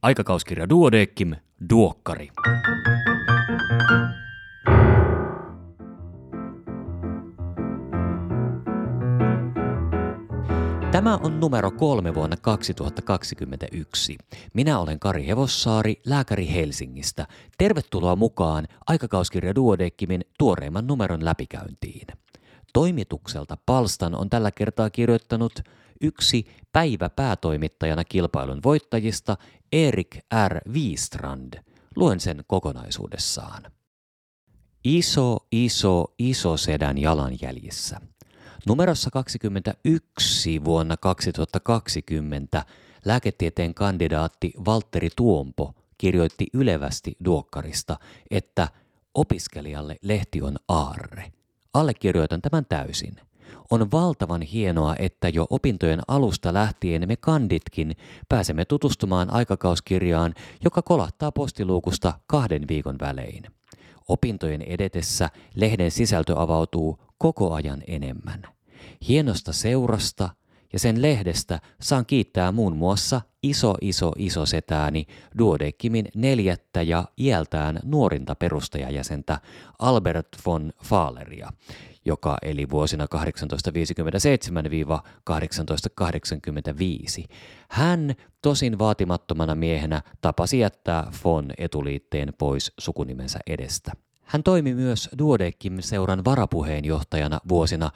Aikakauskirja Duodeckim, Duokkari. Tämä on numero 3 vuonna 2021. Minä olen Kari Hevossaari, lääkäri Helsingistä. Tervetuloa mukaan Aikakauskirja Duodeckimin tuoreimman numeron läpikäyntiin. Toimitukselta palstan on tällä kertaa kirjoittanut yksi päiväpäätoimittajana kilpailun voittajista, Erik R. Wistrand. Luen sen kokonaisuudessaan. Iso sedän jalanjäljissä. Numerossa 21 vuonna 2020 lääketieteen kandidaatti Valtteri Tuompo kirjoitti ylevästi Duokkarista, että opiskelijalle lehti on aarre. Allekirjoitan tämän täysin. On valtavan hienoa, että jo opintojen alusta lähtien me kanditkin pääsemme tutustumaan aikakauskirjaan, joka kolahtaa postiluukusta 2 viikon välein. Opintojen edetessä lehden sisältö avautuu koko ajan enemmän. Hienosta seurasta ja sen lehdestä saan kiittää muun muassa iso setääni Duodeckimin 4. ja iältään nuorinta perustajajäsentä Albert von Fahleria, joka eli vuosina 1857–1885. Hän tosin vaatimattomana miehenä tapasi jättää von etuliitteen pois sukunimensä edestä. Hän toimi myös Duodeckim-seuran varapuheenjohtajana vuosina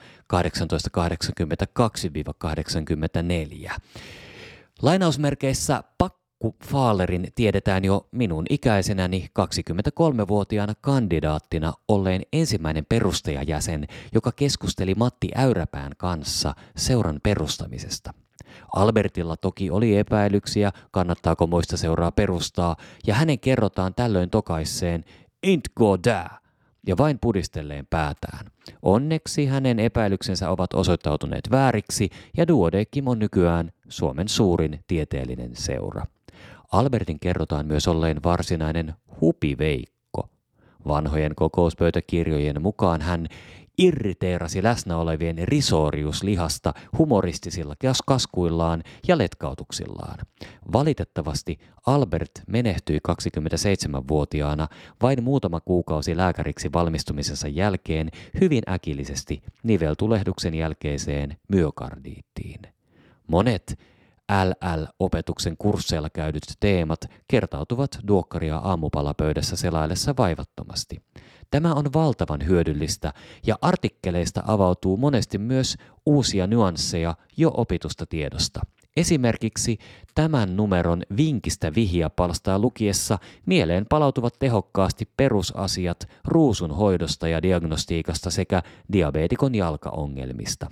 1882–84. Lainausmerkeissä Pakku Fahlerin tiedetään jo minun ikäisenäni 23-vuotiaana kandidaattina olleen ensimmäinen perustajajäsen, joka keskusteli Matti Äyräpään kanssa seuran perustamisesta. Albertilla toki oli epäilyksiä, kannattaako moista seuraa perustaa, ja hänen kerrotaan tällöin tokaisseen "Ain't go da", ja vain pudistelleen päätään. Onneksi hänen epäilyksensä ovat osoittautuneet vääriksi, ja Duodeckim on nykyään Suomen suurin tieteellinen seura. Albertin kerrotaan myös olleen varsinainen hupiveikko. Vanhojen kokouspöytäkirjojen mukaan hän irriteerasi läsnä olevien risoriuslihasta humoristisilla kaskuillaan ja letkautuksillaan. Valitettavasti Albert menehtyi 27-vuotiaana vain muutama kuukausi lääkäriksi valmistumisensa jälkeen hyvin äkillisesti niveltulehduksen jälkeiseen myokardiittiin. Monet LL-opetuksen kursseilla käydyt teemat kertautuvat Duokkaria aamupalapöydässä selaillessa vaivattomasti. Tämä on valtavan hyödyllistä ja artikkeleista avautuu monesti myös uusia nyansseja jo opitusta tiedosta. Esimerkiksi tämän numeron vinkistä vihjapalstaa lukiessa mieleen palautuvat tehokkaasti perusasiat ruusun hoidosta ja diagnostiikasta sekä diabeetikon jalkaongelmista.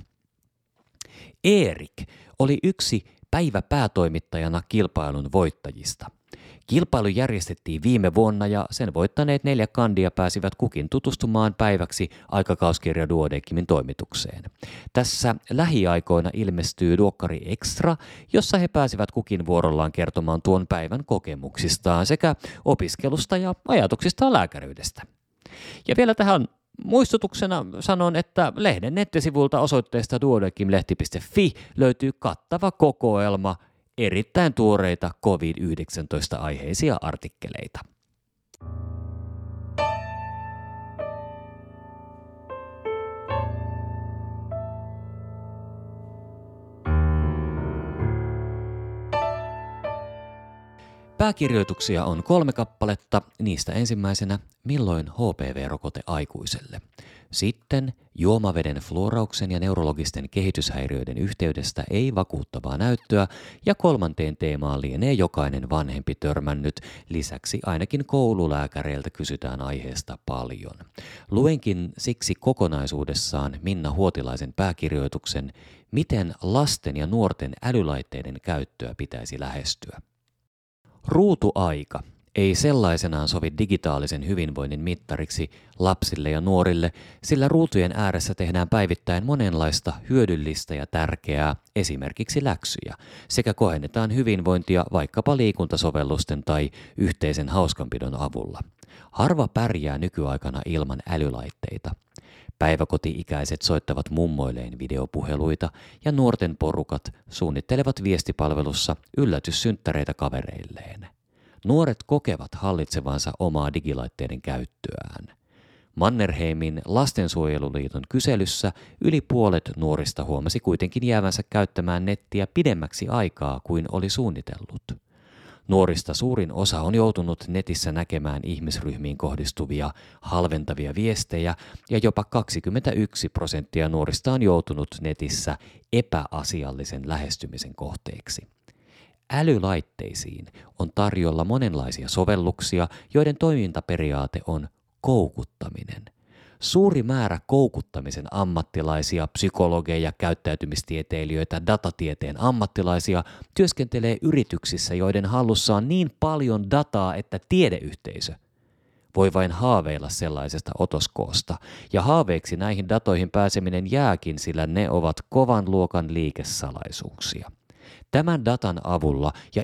Erik oli yksi päiväpäätoimittajana kilpailun voittajista. Kilpailu järjestettiin viime vuonna ja sen voittaneet 4 kandia pääsivät kukin tutustumaan päiväksi Aikakauskirja Duodeckimin toimitukseen. Tässä lähiaikoina ilmestyy Duokkari Extra, jossa he pääsivät kukin vuorollaan kertomaan tuon päivän kokemuksistaan sekä opiskelusta ja ajatuksistaan lääkäryydestä. Ja vielä tähän muistutuksena sanon, että lehden nettisivulta osoitteesta duodeckimlehti.fi löytyy kattava kokoelma erittäin tuoreita COVID-19-aiheisia artikkeleita. Pääkirjoituksia on 3 kappaletta, niistä ensimmäisenä milloin HPV-rokote aikuiselle. Sitten juomaveden fluorauksen ja neurologisten kehityshäiriöiden yhteydestä ei vakuuttavaa näyttöä, ja 3. teemaan lienee jokainen vanhempi törmännyt. Lisäksi ainakin koululääkäreiltä kysytään aiheesta paljon. Luenkin siksi kokonaisuudessaan Minna Huotilaisen pääkirjoituksen, miten lasten ja nuorten älylaitteiden käyttöä pitäisi lähestyä. Ruutuaika ei sellaisenaan sovi digitaalisen hyvinvoinnin mittariksi lapsille ja nuorille, sillä ruutujen ääressä tehdään päivittäin monenlaista hyödyllistä ja tärkeää, esimerkiksi läksyjä, sekä kohennetaan hyvinvointia vaikkapa liikuntasovellusten tai yhteisen hauskanpidon avulla. Harva pärjää nykyaikana ilman älylaitteita. Päiväkoti-ikäiset soittavat mummoilleen videopuheluita ja nuorten porukat suunnittelevat viestipalvelussa yllätyssynttäreitä kavereilleen. Nuoret kokevat hallitsevansa omaa digilaitteiden käyttöään. Mannerheimin lastensuojeluliiton kyselyssä yli puolet nuorista huomasi kuitenkin jäävänsä käyttämään nettiä pidemmäksi aikaa kuin oli suunnitellut. Nuorista suurin osa on joutunut netissä näkemään ihmisryhmiin kohdistuvia halventavia viestejä ja jopa 21% nuorista on joutunut netissä epäasiallisen lähestymisen kohteeksi. Älylaitteisiin on tarjolla monenlaisia sovelluksia, joiden toimintaperiaate on koukuttaminen. Suuri määrä koukuttamisen ammattilaisia, psykologeja, käyttäytymistieteilijöitä, datatieteen ammattilaisia työskentelee yrityksissä, joiden hallussa on niin paljon dataa, että tiedeyhteisö voi vain haaveilla sellaisesta otoskoosta. Ja haaveiksi näihin datoihin pääseminen jääkin, sillä ne ovat kovan luokan liikesalaisuuksia. Tämän datan avulla ja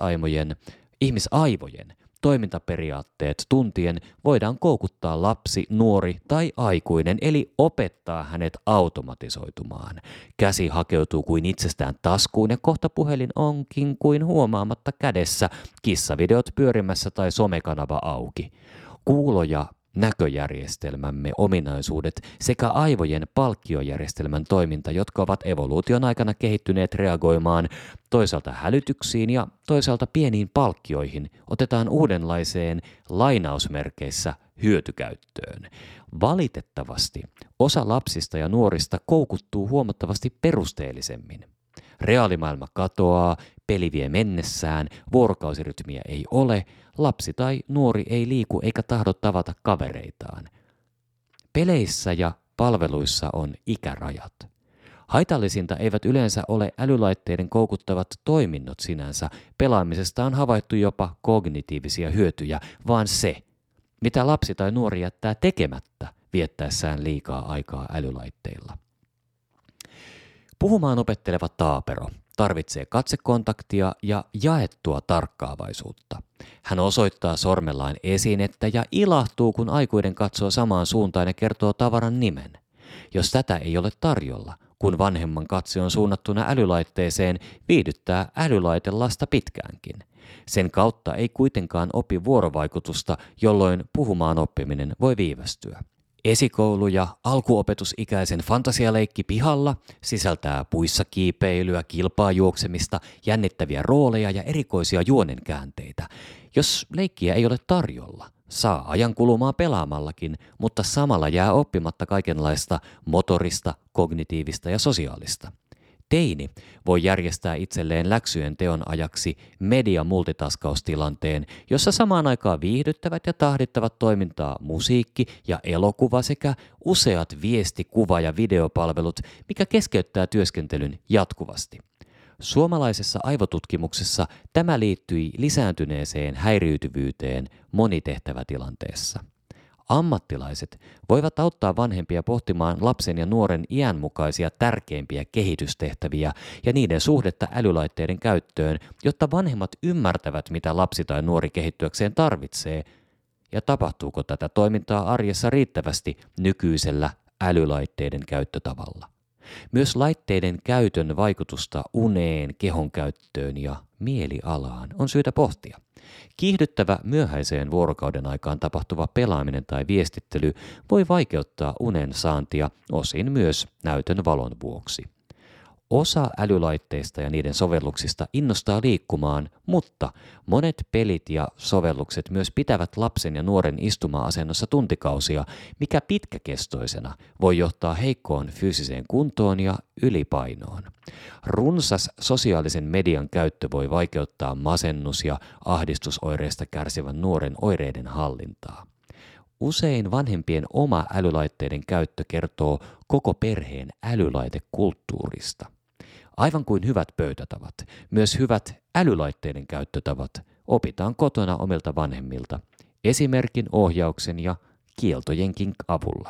ihmisaivojen toimintaperiaatteet tuntien voidaan koukuttaa lapsi, nuori tai aikuinen, eli opettaa hänet automatisoitumaan. Käsi hakeutuu kuin itsestään taskuun ja kohta puhelin onkin kuin huomaamatta kädessä, kissavideot pyörimässä tai somekanava auki. Kuulo- ja näköjärjestelmämme ominaisuudet sekä aivojen palkkiojärjestelmän toiminta, jotka ovat evoluution aikana kehittyneet reagoimaan toisaalta hälytyksiin ja toisaalta pieniin palkkioihin, otetaan uudenlaiseen lainausmerkeissä hyötykäyttöön. Valitettavasti osa lapsista ja nuorista koukuttuu huomattavasti perusteellisemmin. Reaalimaailma katoaa, peli vie mennessään, vuorokausirytmiä ei ole, lapsi tai nuori ei liiku eikä tahdo tavata kavereitaan. Peleissä ja palveluissa on ikärajat. Haitallisinta eivät yleensä ole älylaitteiden koukuttavat toiminnot sinänsä, pelaamisesta on havaittu jopa kognitiivisia hyötyjä, vaan se, mitä lapsi tai nuori jättää tekemättä viettäessään liikaa aikaa älylaitteilla. Puhumaan opetteleva taapero tarvitsee katsekontaktia ja jaettua tarkkaavaisuutta. Hän osoittaa sormellaan esinettä ja ilahtuu, kun aikuinen katsoo samaan suuntaan ja kertoo tavaran nimen. Jos tätä ei ole tarjolla, kun vanhemman katse on suunnattuna älylaitteeseen, viihdyttää älylaite lasta pitkäänkin. Sen kautta ei kuitenkaan opi vuorovaikutusta, jolloin puhumaan oppiminen voi viivästyä. Esikoulu- ja alkuopetusikäisen fantasialeikki pihalla sisältää puissa kiipeilyä, kilpaa juoksemista, jännittäviä rooleja ja erikoisia juonenkäänteitä. Jos leikkiä ei ole tarjolla, saa ajan kulumaan pelaamallakin, mutta samalla jää oppimatta kaikenlaista motorista, kognitiivista ja sosiaalista. Teini voi järjestää itselleen läksyjen teon ajaksi media-multitaskaustilanteen, jossa samaan aikaan viihdyttävät ja tahdittavat toimintaa musiikki ja elokuva sekä useat viesti-, kuva- ja videopalvelut, mikä keskeyttää työskentelyn jatkuvasti. Suomalaisessa aivotutkimuksessa tämä liittyi lisääntyneeseen häiriytyvyyteen monitehtävätilanteessa. Ammattilaiset voivat auttaa vanhempia pohtimaan lapsen ja nuoren iänmukaisia tärkeimpiä kehitystehtäviä ja niiden suhdetta älylaitteiden käyttöön, jotta vanhemmat ymmärtävät, mitä lapsi tai nuori kehittyäkseen tarvitsee, ja tapahtuuko tätä toimintaa arjessa riittävästi nykyisellä älylaitteiden käyttötavalla. Myös laitteiden käytön vaikutusta uneen, kehon käyttöön ja mielialaan on syytä pohtia. Kiihdyttävä myöhäiseen vuorokauden aikaan tapahtuva pelaaminen tai viestittely voi vaikeuttaa unen saantia osin myös näytön valon vuoksi. Osa älylaitteista ja niiden sovelluksista innostaa liikkumaan, mutta monet pelit ja sovellukset myös pitävät lapsen ja nuoren istuma-asennossa tuntikausia, mikä pitkäkestoisena voi johtaa heikkoon fyysiseen kuntoon ja ylipainoon. Runsas sosiaalisen median käyttö voi vaikeuttaa masennus- ja ahdistusoireista kärsivän nuoren oireiden hallintaa. Usein vanhempien oma älylaitteiden käyttö kertoo koko perheen älylaitekulttuurista. Aivan kuin hyvät pöytätavat, myös hyvät älylaitteiden käyttötavat opitaan kotona omilta vanhemmilta, esimerkin, ohjauksen ja kieltojenkin avulla.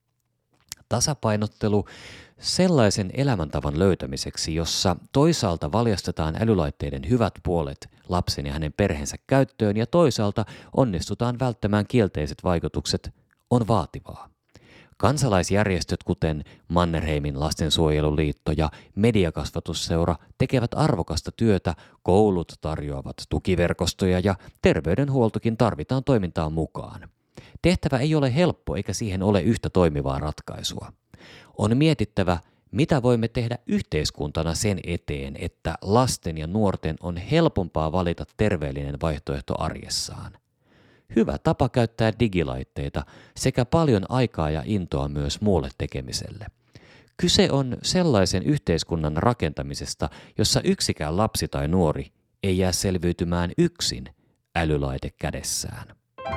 Tasapainottelu sellaisen elämäntavan löytämiseksi, jossa toisaalta valjastetaan älylaitteiden hyvät puolet lapsen ja hänen perheensä käyttöön ja toisaalta onnistutaan välttämään kielteiset vaikutukset, on vaativaa. Kansalaisjärjestöt kuten Mannerheimin lastensuojeluliitto ja Mediakasvatusseura tekevät arvokasta työtä, koulut tarjoavat tukiverkostoja ja terveydenhuoltokin tarvitaan toimintaan mukaan. Tehtävä ei ole helppo eikä siihen ole yhtä toimivaa ratkaisua. On mietittävä, mitä voimme tehdä yhteiskuntana sen eteen, että lasten ja nuorten on helpompaa valita terveellinen vaihtoehto arjessaan. Hyvä tapa käyttää digilaitteita sekä paljon aikaa ja intoa myös muulle tekemiselle. Kyse on sellaisen yhteiskunnan rakentamisesta, jossa yksikään lapsi tai nuori ei jää selviytymään yksin älylaite kädessään.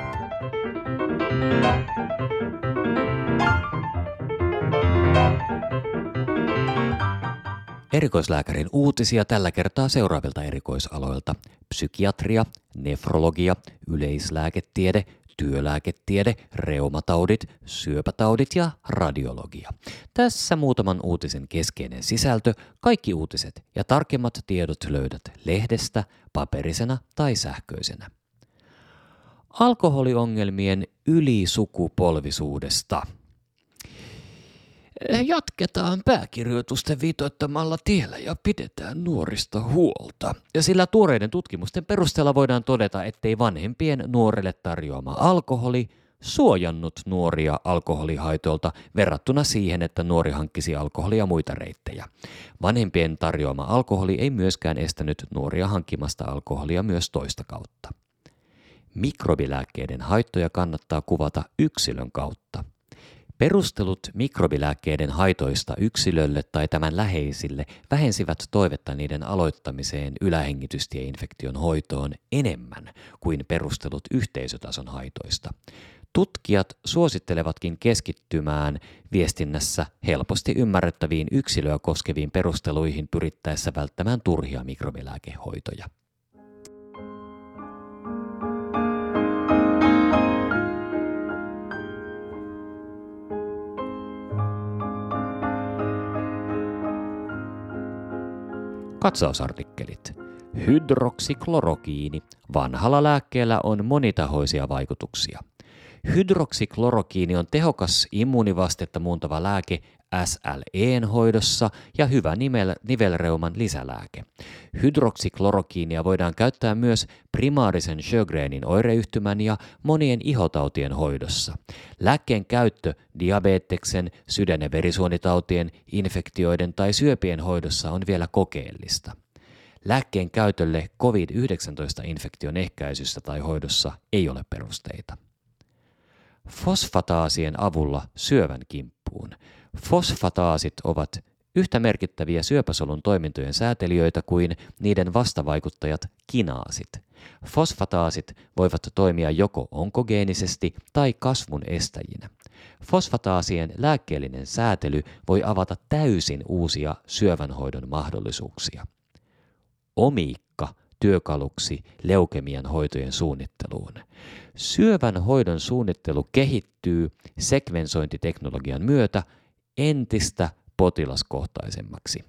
Erikoislääkärin uutisia tällä kertaa seuraavilta erikoisaloilta: psykiatria, nefrologia, yleislääketiede, työlääketiede, reumataudit, syöpätaudit ja radiologia. Tässä muutaman uutisen keskeinen sisältö. Kaikki uutiset ja tarkemmat tiedot löydät lehdestä, paperisena tai sähköisenä. Alkoholiongelmien ylisukupolvisuudesta. Jatketaan pääkirjoitusten viitoittamalla tiellä ja pidetään nuorista huolta. Ja sillä tuoreiden tutkimusten perusteella voidaan todeta, ettei vanhempien nuorelle tarjoama alkoholi suojannut nuoria alkoholihaitoilta verrattuna siihen, että nuori hankkisi alkoholia muita reittejä. Vanhempien tarjoama alkoholi ei myöskään estänyt nuoria hankkimasta alkoholia myös toista kautta. Mikrobilääkkeiden haittoja kannattaa kuvata yksilön kautta. Perustelut mikrobilääkkeiden haitoista yksilölle tai tämän läheisille vähensivät toivetta niiden aloittamiseen ylähengitystieinfektion hoitoon enemmän kuin perustelut yhteisötason haitoista. Tutkijat suosittelevatkin keskittymään viestinnässä helposti ymmärrettäviin yksilöä koskeviin perusteluihin pyrittäessä välttämään turhia mikrobilääkehoitoja. Katsausartikkelit. Hydroksiklorokiini. Vanhalla lääkkeellä on monitahoisia vaikutuksia. Hydroksiklorokiini on tehokas immuunivastetta muuntava lääke SLE:n hoidossa ja hyvä nivelreuman lisälääke. Hydroksiklorokiinia voidaan käyttää myös primaarisen Sjögrenin oireyhtymän ja monien ihotautien hoidossa. Lääkkeen käyttö diabeteksen, sydän- ja verisuonitautien, infektioiden tai syöpien hoidossa on vielä kokeellista. Lääkkeen käytölle COVID-19-infektion ehkäisyssä tai hoidossa ei ole perusteita. Fosfataasien avulla syövän kimppuun. Fosfataasit ovat yhtä merkittäviä syöpäsolun toimintojen säätelijöitä kuin niiden vastavaikuttajat kinaasit. Fosfataasit voivat toimia joko onkogeenisesti tai kasvun estäjinä. Fosfataasien lääkkeellinen säätely voi avata täysin uusia syövänhoidon mahdollisuuksia. Omiikka työkaluksi leukemian hoitojen suunnitteluun. Syövän hoidon suunnittelu kehittyy sekvensointiteknologian myötä entistä potilaskohtaisemmaksi.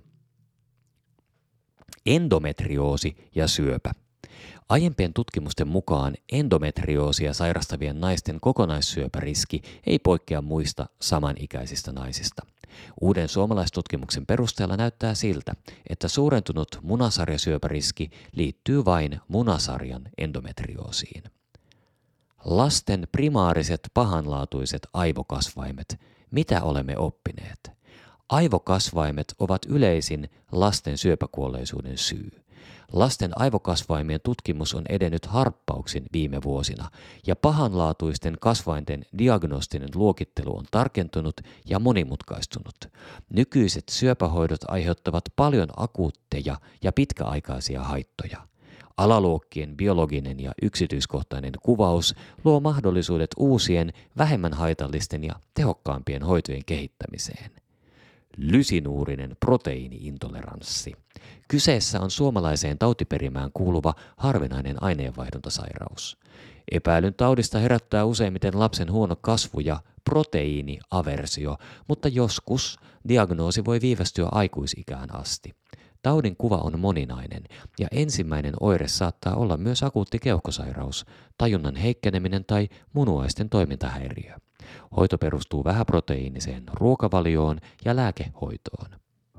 Endometrioosi ja syöpä. Aiempien tutkimusten mukaan endometrioosia sairastavien naisten kokonaissyöpäriski ei poikkea muista samanikäisistä naisista. Uuden suomalaistutkimuksen perusteella näyttää siltä, että suurentunut munasarjasyöpäriski liittyy vain munasarjan endometrioosiin. Lasten primaariset pahanlaatuiset aivokasvaimet. Mitä olemme oppineet? Aivokasvaimet ovat yleisin lasten syöpäkuolleisuuden syy. Lasten aivokasvaimien tutkimus on edennyt harppauksin viime vuosina ja pahanlaatuisten kasvainten diagnostinen luokittelu on tarkentunut ja monimutkaistunut. Nykyiset syöpähoidot aiheuttavat paljon akuutteja ja pitkäaikaisia haittoja. Alaluokkien biologinen ja yksityiskohtainen kuvaus luo mahdollisuudet uusien, vähemmän haitallisten ja tehokkaampien hoitojen kehittämiseen. Lysinuurinen proteiiniintoleranssi. Kyseessä on suomalaiseen tautiperimään kuuluva harvinainen aineenvaihduntasairaus. Epäilyn taudista herättää useimmiten lapsen huono kasvu ja proteiiniaversio, mutta joskus diagnoosi voi viivästyä aikuisikään asti. Taudin kuva on moninainen ja ensimmäinen oire saattaa olla myös akuutti keuhkosairaus, tajunnan heikkeneminen tai munuaisten toimintahäiriö. Hoito perustuu vähäproteiiniseen ruokavalioon ja lääkehoitoon.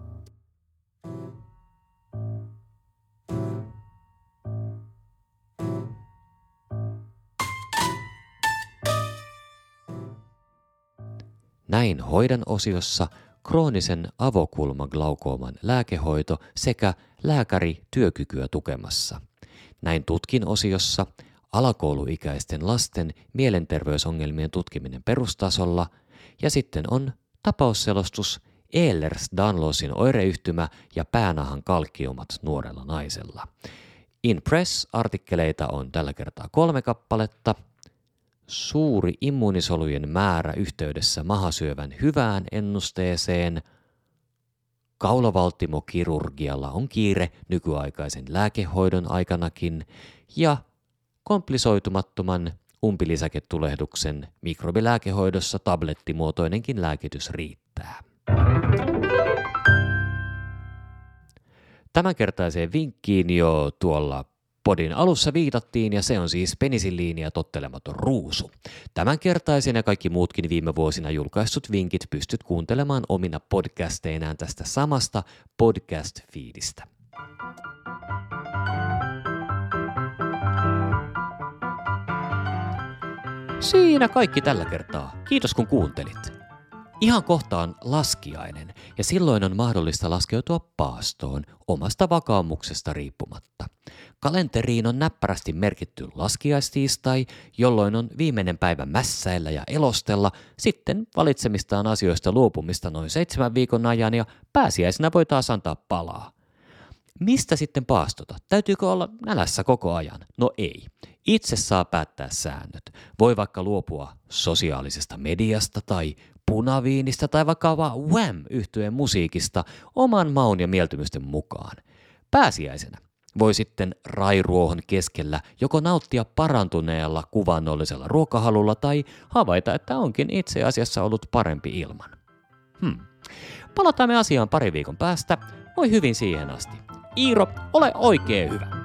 Näin hoidan osiossa kroonisen avokulmaglaukooman lääkehoito sekä lääkäri työkykyä tukemassa. Näin tutkin osiossa alakouluikäisten lasten mielenterveysongelmien tutkiminen perustasolla ja sitten on tapausselostus Ehlers-Danlosin oireyhtymä ja päänahan kalkkiomat nuorella naisella. In Press-artikkeleita on tällä kertaa 3 kappaletta. Suuri immuunisolujen määrä yhteydessä mahasyövän hyvään ennusteeseen. Kaulavaltimokirurgialla on kiire nykyaikaisen lääkehoidon aikanakin ja komplisoitumattoman umpilisäketulehduksen mikrobilääkehoidossa tablettimuotoinenkin lääkitys riittää. Tämänkertaiseen vinkkiin jo tuolla podin alussa viitattiin ja se on siis penisilliini ja tottelematon ruusu. Tämänkertaisen ja kaikki muutkin viime vuosina julkaistut vinkit pystyt kuuntelemaan omina podcasteinaan tästä samasta podcast-feedistä. Siinä kaikki tällä kertaa. Kiitos kun kuuntelit. Ihan kohta on laskiainen ja silloin on mahdollista laskeutua paastoon omasta vakaumuksesta riippumatta. Kalenteriin on näppärästi merkitty laskiaistiistai, jolloin on viimeinen päivä mässäillä ja elostella, sitten valitsemistaan asioista luopumista noin 7 viikon ajan ja pääsiäisenä voi taas antaa palaa. Mistä sitten paastota? Täytyykö olla nälässä koko ajan? No ei. Itse saa päättää säännöt. Voi vaikka luopua sosiaalisesta mediasta tai punaviinistä tai vaikka vaan Wham!-yhtyeen musiikista oman maun ja mieltymysten mukaan. Pääsiäisenä voi sitten rairuohon keskellä joko nauttia parantuneella kuvannollisella ruokahalulla tai havaita, että onkin itse asiassa ollut parempi ilman. Palataan me asiaan 2 viikon päästä. Voi hyvin siihen asti. Iiro, ole oikein hyvä.